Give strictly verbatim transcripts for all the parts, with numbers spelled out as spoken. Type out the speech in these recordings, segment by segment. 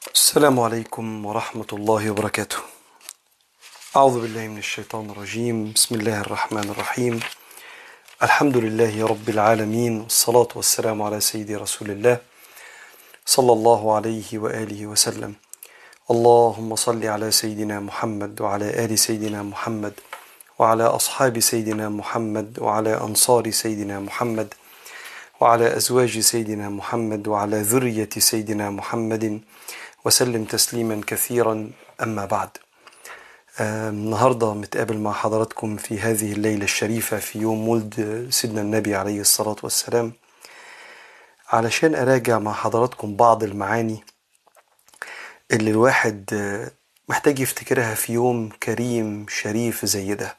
السلام عليكم ورحمة الله وبركاته. أعوذ بالله من الشيطان الرجيم. بسم الله الرحمن الرحيم. الحمد لله رب العالمين، والصلاة والسلام على سيدي رسول الله صلى الله عليه وآله وسلم. اللهم صل على سيدنا محمد وعلى آل سيدنا محمد وعلى أصحاب سيدنا محمد وعلى أنصار سيدنا محمد وعلى أزواج سيدنا محمد وعلى ذرية سيدنا محمد وسلم تسليما كثيرا. أما بعد، آه النهاردة متقابل مع حضراتكم في هذه الليلة الشريفة في يوم ولد سيدنا النبي عليه الصلاة والسلام، علشان أراجع مع حضراتكم بعض المعاني اللي الواحد آه محتاج يفتكرها في يوم كريم شريف زي ده.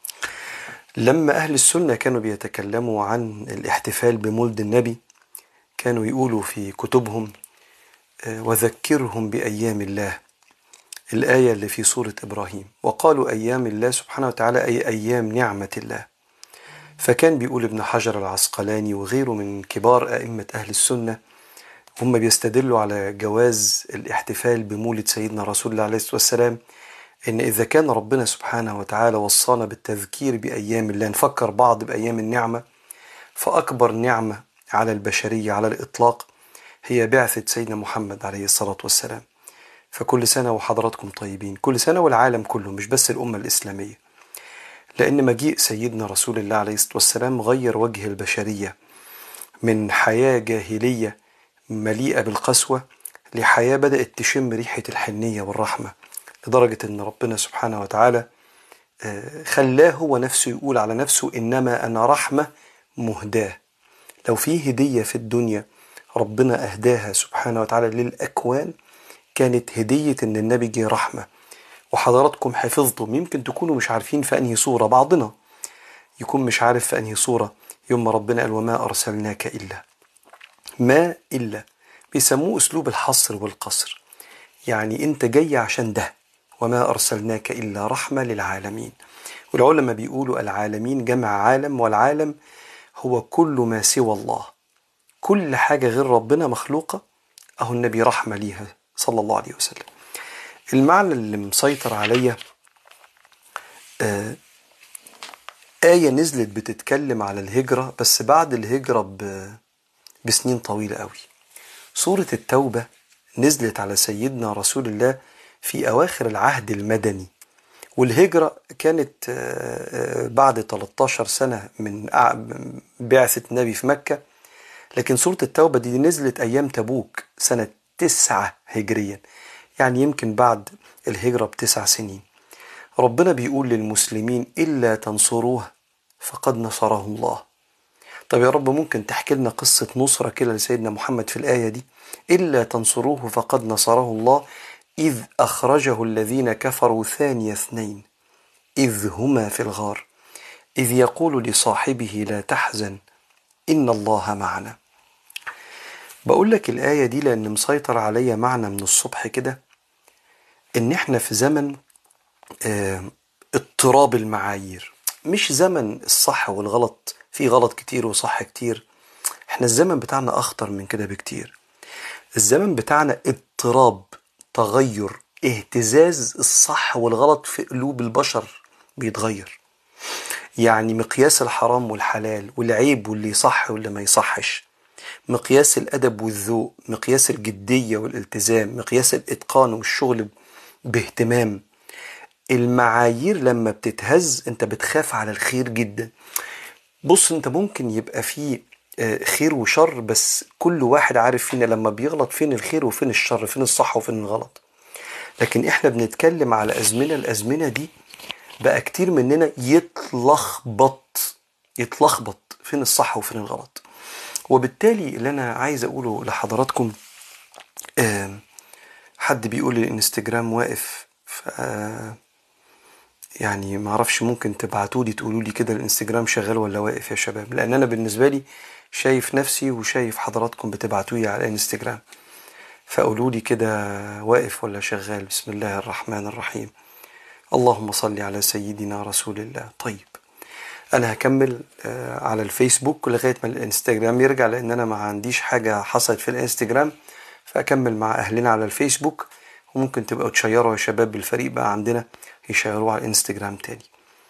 لما أهل السنة كانوا بيتكلموا عن الاحتفال بمولد النبي كانوا يقولوا في كتبهم آه وذكرهم بأيام الله، الآية اللي في سورة إبراهيم، وقالوا أيام الله سبحانه وتعالى أي أيام نعمة الله. فكان بيقول ابن حجر العسقلاني وغيره من كبار أئمة أهل السنة هم بيستدلوا على جواز الاحتفال بمولد سيدنا رسول الله عليه الصلاة والسلام، إن إذا كان ربنا سبحانه وتعالى وصانا بالتذكير بأيام الله، نفكر بعض بأيام النعمة، فأكبر نعمة على البشرية على الإطلاق هي بعثة سيدنا محمد عليه الصلاة والسلام. فكل سنة وحضراتكم طيبين، كل سنة والعالم كله، مش بس الأمة الإسلامية، لأن مجيء سيدنا رسول الله عليه الصلاة والسلام غير وجه البشرية من حياة جاهلية مليئة بالقسوة لحياة بدأت تشم ريحة الحنية والرحمة، لدرجة أن ربنا سبحانه وتعالى خلاه هو نفسه يقول على نفسه إنما أنا رحمة مهداة. لو في هدية في الدنيا ربنا أهداها سبحانه وتعالى للأكوان كانت هدية إن النبي جه رحمة. وحضراتكم حفظتم، يمكن تكونوا مش عارفين في أنهي صورة، بعضنا يكون مش عارف في أنهي صورة، يوم ما ربنا قال وما أرسلناك إلا ما إلا، بيسموه أسلوب الحصر والقصر، يعني أنت جاي عشان ده، وما أرسلناك إلا رحمة للعالمين. والعلماء بيقولوا العالمين جمع عالم، والعالم هو كل ما سوى الله، كل حاجة غير ربنا مخلوقة، أهو النبي رحمة ليها صلى الله عليه وسلم. المعنى اللي مسيطر عليا آه آية نزلت بتتكلم على الهجرة، بس بعد الهجرة بسنين طويلة قوي. سورة التوبة نزلت على سيدنا رسول الله في أواخر العهد المدني، والهجرة كانت آه بعد ثلاثة عشر سنة من بعثة النبي في مكة. لكن سورة التوبة دي نزلت أيام تبوك سنة تسعة هجريا، يعني يمكن بعد الهجرة بتسع سنين. ربنا بيقول للمسلمين إلا تنصروه فقد نصره الله. طب يا رب ممكن تحكي لنا قصة نصرة كده لسيدنا محمد في الآية دي؟ إلا تنصروه فقد نصره الله إذ أخرجه الذين كفروا ثاني اثنين إذ هما في الغار إذ يقول لصاحبه لا تحزن إن الله معنا. بقول لك الآية دي لأن مسيطر عليا معنى من الصبح كده، إن إحنا في زمن اه اضطراب المعايير، مش زمن الصح والغلط، في غلط كتير وصح كتير. إحنا الزمن بتاعنا أخطر من كده بكتير. الزمن بتاعنا اضطراب، تغير، اهتزاز الصح والغلط في قلوب البشر بيتغير. يعني مقياس الحرام والحلال والعيب واللي يصح واللي ما يصحش، مقياس الأدب والذوق، مقياس الجدية والالتزام، مقياس الإتقان والشغل باهتمام، المعايير لما بتتهز انت بتخاف على الخير جدا. بص، انت ممكن يبقى فيه خير وشر، بس كل واحد عارف فينا لما بيغلط فين الخير وفين الشر، فين الصح وفين الغلط. لكن احنا بنتكلم على أزمنة، الأزمنة دي بقى كتير مننا يتلخبط يتلخبط فين الصح وفين الغلط. وبالتالي اللي انا عايز اقوله لحضراتكم، حد بيقول لي الانستجرام واقف، يعني معرفش، ممكن تبعتولي تقولولي كده الانستجرام شغال ولا واقف يا شباب، لان انا بالنسبة لي شايف نفسي وشايف حضراتكم بتبعتولي على الانستجرام، فقولولي كده واقف ولا شغال. بسم الله الرحمن الرحيم. اللهم صل على سيدنا رسول الله. طيب انا هكمل على الفيسبوك لغاية ما الانستجرام يرجع، لان انا ما عنديش حاجة حصلت في الانستجرام فأكمل مع أهلنا على الفيسبوك، وممكن تبقوا تشيروا يا شباب بالفريق بقى عندنا يشيروه على الانستجرام تاني.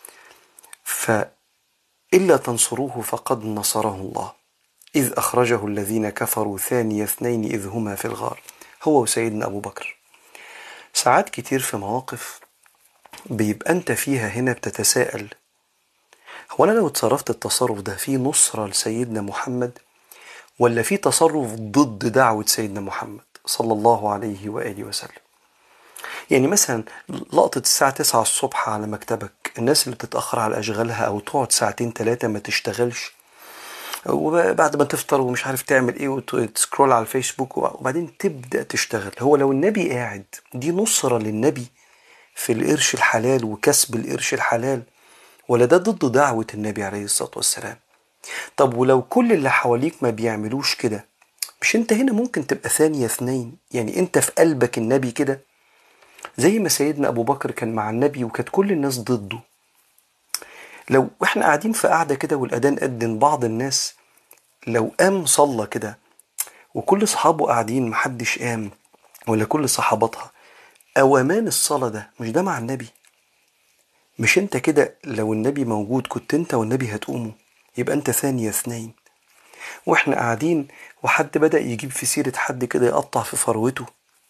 فإلا تنصروه فقد نصره الله إذ أخرجه الذين كفروا ثاني اثنين إذ هما في الغار، هو وسيدنا أبو بكر. ساعات كتير في مواقف بيبقى أنت فيها هنا بتتساءل، هو أنا لو اتصرفت التصرف ده في نصرة لسيدنا محمد، ولا في تصرف ضد دعوة سيدنا محمد صلى الله عليه وآله وسلم؟ يعني مثلا لقطة الساعة تسعة الصبح على مكتبك، الناس اللي بتتأخر على أشغالها أو تقعد ساعتين ثلاثة ما تشتغلش، وبعد ما تفطر ومش عارف تعمل ايه وتسكرول على الفيسبوك وبعدين تبدأ تشتغل، هو لو النبي قاعد دي نصرة للنبي في القرش الحلال وكسب القرش الحلال، ولا ده ضد دعوة النبي عليه الصلاة والسلام؟ طب ولو كل اللي حواليك ما بيعملوش كده، مش انت هنا ممكن تبقى ثانية اثنين؟ يعني انت في قلبك النبي كده، زي ما سيدنا ابو بكر كان مع النبي وكانت كل الناس ضده. لو احنا قاعدين في قاعدة كده والأذان أذن، بعض الناس لو قام صلى كده وكل صحابه قاعدين محدش قام، ولا كل صحابتها، أوامان الصلاة ده مش ده مع النبي؟ مش انت كده لو النبي موجود كنت انت والنبي هتقوموا؟ يبقى انت ثانية اثنين. واحنا قاعدين وحد بدأ يجيب في سيرة حد كده يقطع في فروته،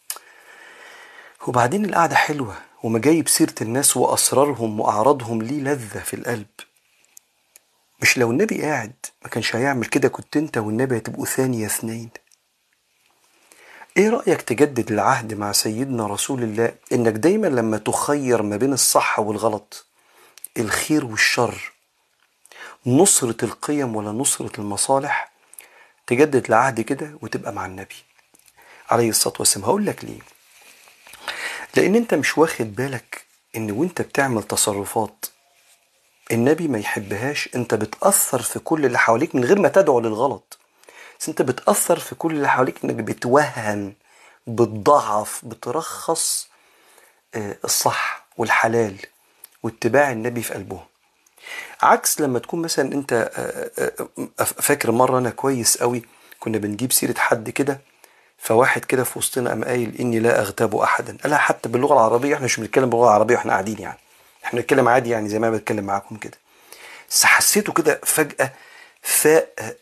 وبعدين القعدة حلوة وما جايب سيرة الناس وأسرارهم وأعراضهم، ليه لذة في القلب. مش لو النبي قاعد ما كانش هيعمل كده، كنت انت والنبي هتبقوا ثانية اثنين. ايه رأيك تجدد العهد مع سيدنا رسول الله، انك دايما لما تخير ما بين الصح والغلط، الخير والشر، نصرة القيم ولا نصرة المصالح، تجدد العهد كده وتبقى مع النبي عليه الصلاة والسلام. هقول لك ليه. لان انت مش واخد بالك ان وانت بتعمل تصرفات النبي ما يحبهاش، انت بتأثر في كل اللي حواليك من غير ما تدعو للغلط، بس انت بتأثر في كل اللي حواليك، انك بتوهن، بتضعف، بترخص الصح والحلال واتباع النبي في قلبهم. عكس لما تكون مثلا انت فاكر مرة انا كويس قوي كنا بنجيب سيرة حد كده، فواحد كده في وسطنا قام قايل اني لا اغتاب احدا. قالها حتى باللغة العربية، احنا مش بنتكلم باللغة العربية واحنا قاعدين، يعني احنا بنتكلم عادي يعني زي ما بتكلم معاكم كده. بس حسيته كده فجأة فاق،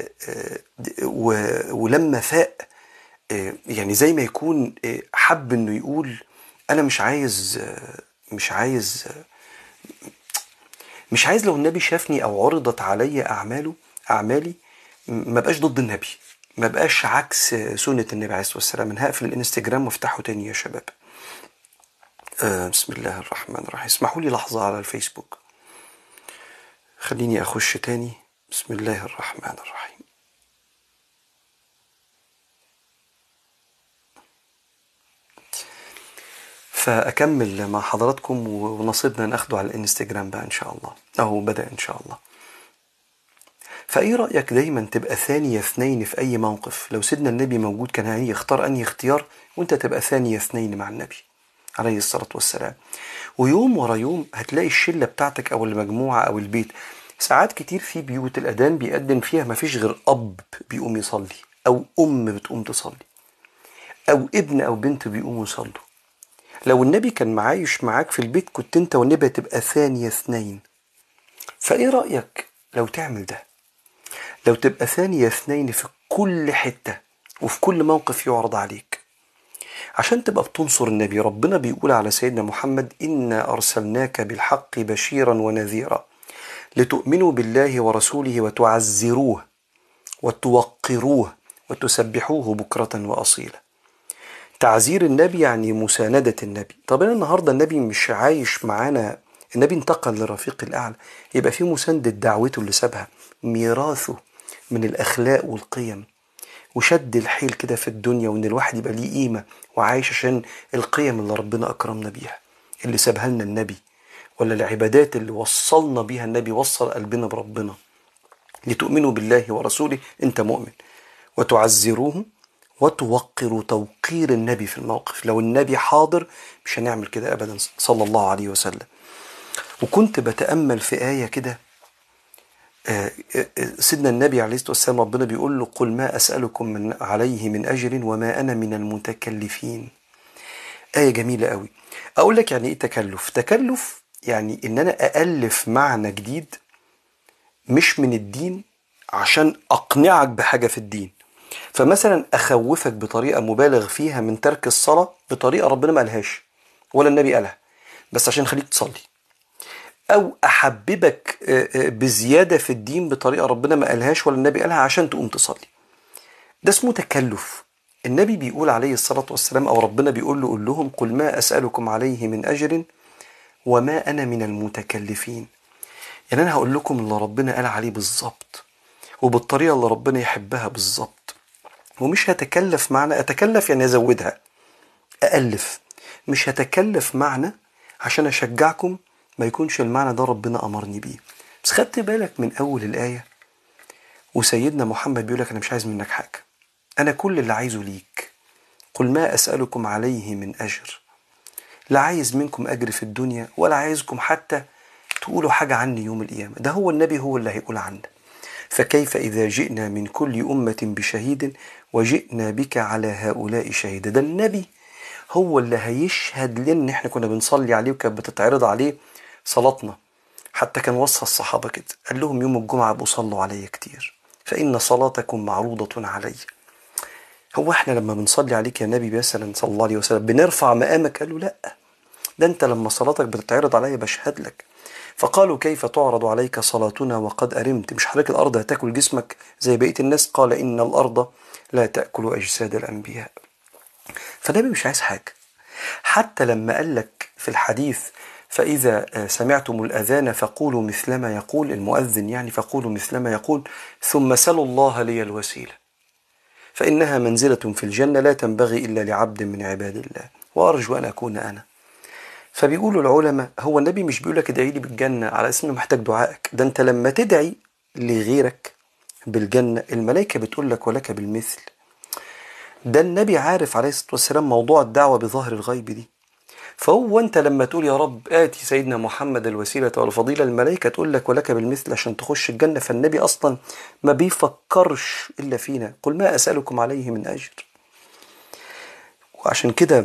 ولما فاق يعني زي ما يكون حب انه يقول انا مش عايز مش عايز مش عايز لو النبي شافني او عرضت علي اعماله اعمالي ما بقاش ضد النبي، ما بقاش عكس سنة النبي عليه الصلاة والسلام. انا هقفل الانستجرام وافتحه تاني يا شباب. آه بسم الله الرحمن الرحيم. اسمحوا لي لحظة على الفيسبوك، خليني اخش تاني. بسم الله الرحمن الرحيم. فأكمل مع حضراتكم ونصيبنا ناخده على الانستجرام بقى إن شاء الله، أو بدأ إن شاء الله. فأي رأيك دايما تبقى ثانية اثنين في أي موقف؟ لو سيدنا النبي موجود كان هيختار أنهي اختيار؟ وانت تبقى ثانية اثنين مع النبي عليه الصلاة والسلام. ويوم ورا يوم هتلاقي الشلة بتاعتك أو المجموعة أو البيت. ساعات كتير في بيوت الأذان بيقدم فيها مفيش غير أب بيقوم يصلي، أو أم بتقوم تصلي، أو ابن أو بنت بيقوموا يصلوا. لو النبي كان معايش معاك في البيت كنت انت والنبي هتبقى ثانية اثنين. فايه رأيك لو تعمل ده، لو تبقى ثانية اثنين في كل حتة وفي كل موقف يعرض عليك، عشان تبقى بتنصر النبي. ربنا بيقول على سيدنا محمد إنا أرسلناك بالحق بشيرا ونذيرا لتؤمنوا بالله ورسوله وتعزروه وتوقروه وتسبحوه بكرة وأصيلا. تعزير النبي يعني مساندة النبي. طب أنا النهاردة النبي مش عايش معانا، النبي انتقل للرفيق الأعلى، يبقى في مساندة دعوته اللي سابها، ميراثه من الأخلاق والقيم، وشد الحيل كده في الدنيا، وإن الواحد يبقى ليه قيمة وعايش عشان القيم اللي ربنا أكرمنا بيها اللي سابها لنا النبي، ولا العبادات اللي وصلنا بيها النبي، وصل قلبنا بربنا. لتؤمنوا بالله ورسوله، أنت مؤمن، وتعزروه وتوقروا، توقير النبي في الموقف. لو النبي حاضر مش هنعمل كده أبدا صلى الله عليه وسلم. وكنت بتأمل في آية كده آه، آه، سيدنا النبي عليه الصلاة والسلام ربنا بيقول له قل ما أسألكم من عليه من أجر وما أنا من المتكلفين. آية جميلة قوي. أقول لك يعني إيه تكلف؟ تكلف يعني إن أنا أألف معنى جديد مش من الدين عشان أقنعك بحاجة في الدين. فمثلا أخوفك بطريقة مبالغ فيها من ترك الصلاة بطريقة ربنا ما قالهاش ولا النبي قالها، بس عشان خليك تصلي. أو أحببك بزيادة في الدين بطريقة ربنا ما قالهاش ولا النبي قالها عشان تقوم تصلي. ده اسمه تكلف. النبي بيقول عليه الصلاة والسلام أو ربنا بيقول له قل لهم قل ما أسألكم عليه من أجر وما أنا من المتكلفين. يعني أنا هقول لكم اللي ربنا قال عليه بالظبط وبالطريقة اللي ربنا يحبها بالظبط، ومش هتكلف معنى. أتكلف يعني أزودها، أألف. مش هتكلف معنى عشان أشجعكم ما يكونش المعنى ده ربنا أمرني بيه. بس خدت بالك من أول الآية وسيدنا محمد بيقولك أنا مش عايز منك حاجة، أنا كل اللي عايزه ليك. قل ما أسألكم عليه من أجر. لا عايز منكم أجر في الدنيا ولا عايزكم حتى تقولوا حاجة عني يوم القيامة. ده هو النبي هو اللي هيقول عنه. فكيف إذا جئنا من كل أمة بشهيد وجئنا بك على هؤلاء شهيدا. ده النبي هو اللي هيشهد لنا. احنا كنا بنصلي عليه وكانت بتتعرض عليه صلاتنا. حتى كان وصى الصحابة كده، قال لهم يوم الجمعة بصلوا علي كتير فإن صلاتكم معروضة علي. هو احنا لما بنصلي عليك يا نبي مثلا صلى الله عليه وسلم بنرفع مقامك؟ قالوا لا، ده انت لما صلاتك بتتعرض علي بشهد لك. فقالوا كيف تعرض عليك صلاتنا وقد أرمت؟ مش حضرتك الأرض هتاكل جسمك زي بقية الناس؟ قال إن الأرض لا تأكل أجساد الأنبياء. فالنبي مش عايز حاجة. حتى لما قال لك في الحديث فإذا سمعتم الأذان فقولوا مثلما يقول المؤذن، يعني فقولوا مثلما يقول ثم سلوا الله لي الوسيلة فإنها منزلة في الجنة لا تنبغي إلا لعبد من عباد الله وأرجو أن أكون أنا. فبيقولوا العلماء هو النبي مش بيقولك ادعي لي بالجنة على اساس انه محتاج دعائك، ده انت لما تدعي لغيرك بالجنة الملائكة بتقول لك ولك بالمثل. ده النبي عارف عليه الصلاة والسلام موضوع الدعوة بظاهر الغيب دي. فهو انت لما تقول يا رب آتي سيدنا محمد الوسيلة والفضيلة الملائكة تقول لك ولك بالمثل عشان تخش الجنة. فالنبي أصلا ما بيفكرش إلا فينا. قل ما أسألكم عليه من أجر. وعشان كده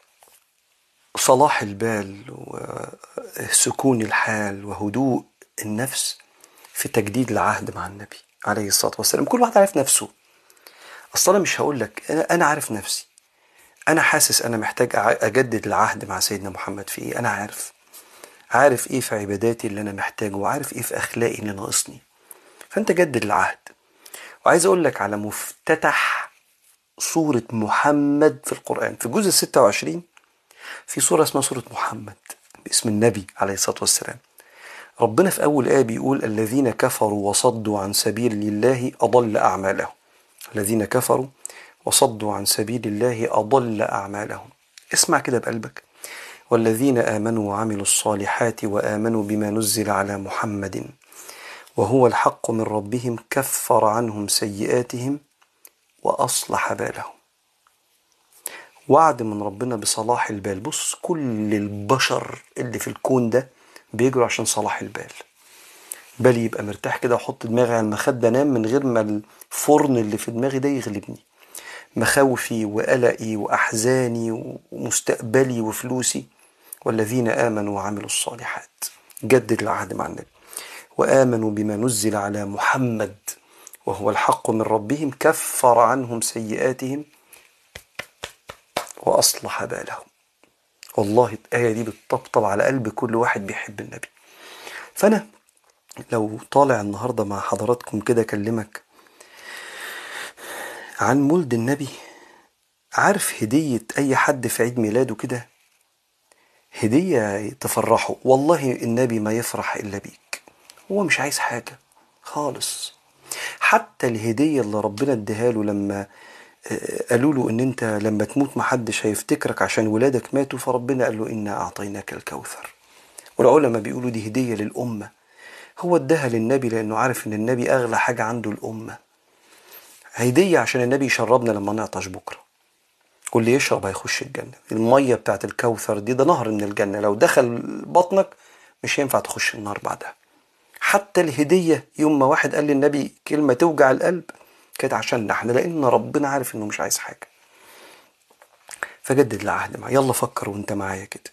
صلاح البال وسكون الحال وهدوء النفس في تجديد العهد مع النبي عليه الصلاة والسلام. كل واحد عارف نفسه. أصلا أنا مش هقول لك، أنا, أنا عارف نفسي. أنا حاسس أنا محتاج أجدد العهد مع سيدنا محمد في إيه. أنا عارف عارف إيه في عباداتي اللي أنا محتاجه وعارف إيه في أخلاقي اللي ناقصني. فأنت جدد العهد. وعايز أقول لك على مفتتح سورة محمد في القرآن في الجزء ستة وعشرين في سورة اسمها سورة محمد باسم النبي عليه الصلاة والسلام. ربنا في أول آية بيقول الذين كفروا وصدوا عن سبيل الله أضل أعمالهم. الذين كفروا وصدوا عن سبيل الله أضل أعمالهم. اسمع كده بقلبك. والذين آمنوا وعملوا الصالحات وآمنوا بما نزل على محمد وهو الحق من ربهم كفر عنهم سيئاتهم وأصلح بالهم. وعد من ربنا بصلاح البال. بص كل البشر اللي في الكون ده بيجروا عشان صلاح البال. بالي يبقى مرتاح كده وحط دماغي على المخدة انام من غير ما الفرن اللي في دماغي ده يغلبني. مخاوفي وقلقي وأحزاني ومستقبلي وفلوسي. والذين آمنوا وعملوا الصالحات. جدد العهد مع النبي. وآمنوا بما نزل على محمد وهو الحق من ربهم كفر عنهم سيئاتهم وأصلح بالهم. والله الآية دي بتطبطب على قلب كل واحد بيحب النبي. فأنا لو طالع النهاردة مع حضراتكم كده أكلمك عن مولد النبي، عارف هدية أي حد في عيد ميلاده كده هدية تفرحه. والله النبي ما يفرح إلا بيك. هو مش عايز حاجة خالص. حتى الهدية اللي ربنا اديها له لما قالوا له ان انت لما تموت محدش هيفتكرك عشان ولادك ماتوا، فربنا قال له إنا أعطيناك الكوثر. والعلماء بيقولوا دي هدية للأمة. هو اداها للنبي لأنه عارف ان النبي أغلى حاجة عنده الأمة. هدية عشان النبي يشربنا لما نعطش بكرة. واللي يشرب هيخش الجنة. المية بتاعت الكوثر دي ده نهر من الجنة، لو دخل بطنك مش هينفع تخش النار بعدها. حتى الهدية يوم ما واحد قال للنبي كلمة توجع القلب كانت عشان احنا، لأن ربنا عارف إنه مش عايز حاجة. فجدد العهد معايا. يلا فكر وانت معايا كده.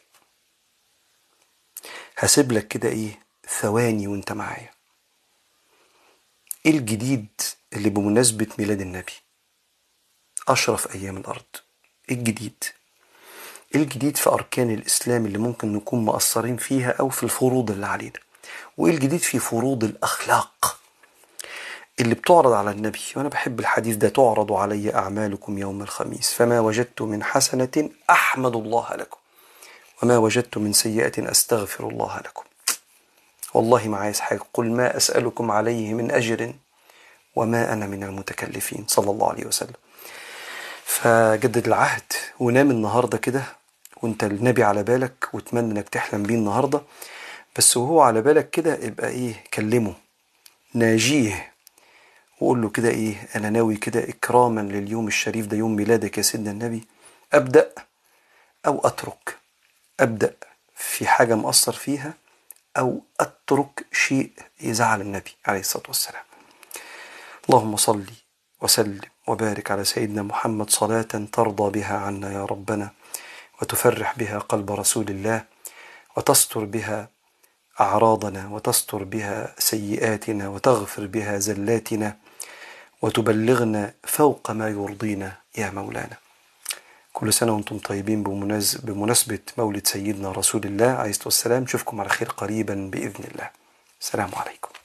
هسيب لك كده ايه ثواني وانت معايا. ايه الجديد اللي بمناسبة ميلاد النبي أشرف أيام الأرض؟ ايه الجديد؟ ايه الجديد في أركان الإسلام اللي ممكن نكون مقصرين فيها أو في الفروض اللي علينا؟ وايه الجديد في فروض الأخلاق اللي بتعرض على النبي؟ وأنا بحب الحديث ده: تعرض علي أعمالكم يوم الخميس فما وجدت من حسنة أحمد الله لكم وما وجدت من سيئة أستغفر الله لكم. والله ما عايز حاجة. قل ما أسألكم عليه من أجر وما أنا من المتكلفين، صلى الله عليه وسلم. فجدد العهد ونام النهاردة كده وانت النبي على بالك، واتمنى انك تحلم بيه النهاردة. بس وهو على بالك كده يبقى ايه، كلمه، ناجيه، وقول له كده ايه: انا ناوي كده اكراما لليوم الشريف ده، يوم ميلادك يا سيدنا النبي، ابدأ او اترك. ابدأ في حاجة مقصر فيها او اترك شيء يزعل النبي عليه الصلاة والسلام. اللهم صل وسلم وبارك على سيدنا محمد صلاة ترضى بها عنا يا ربنا، وتفرح بها قلب رسول الله، وتستر بها أعراضنا، وتستر بها سيئاتنا، وتغفر بها زلاتنا، وتبلغنا فوق ما يرضينا يا مولانا. كل سنة وانتم طيبين بمناسبة مولد سيدنا رسول الله عليه الصلاة والسلام. نشوفكم على خير قريبا بإذن الله. السلام عليكم.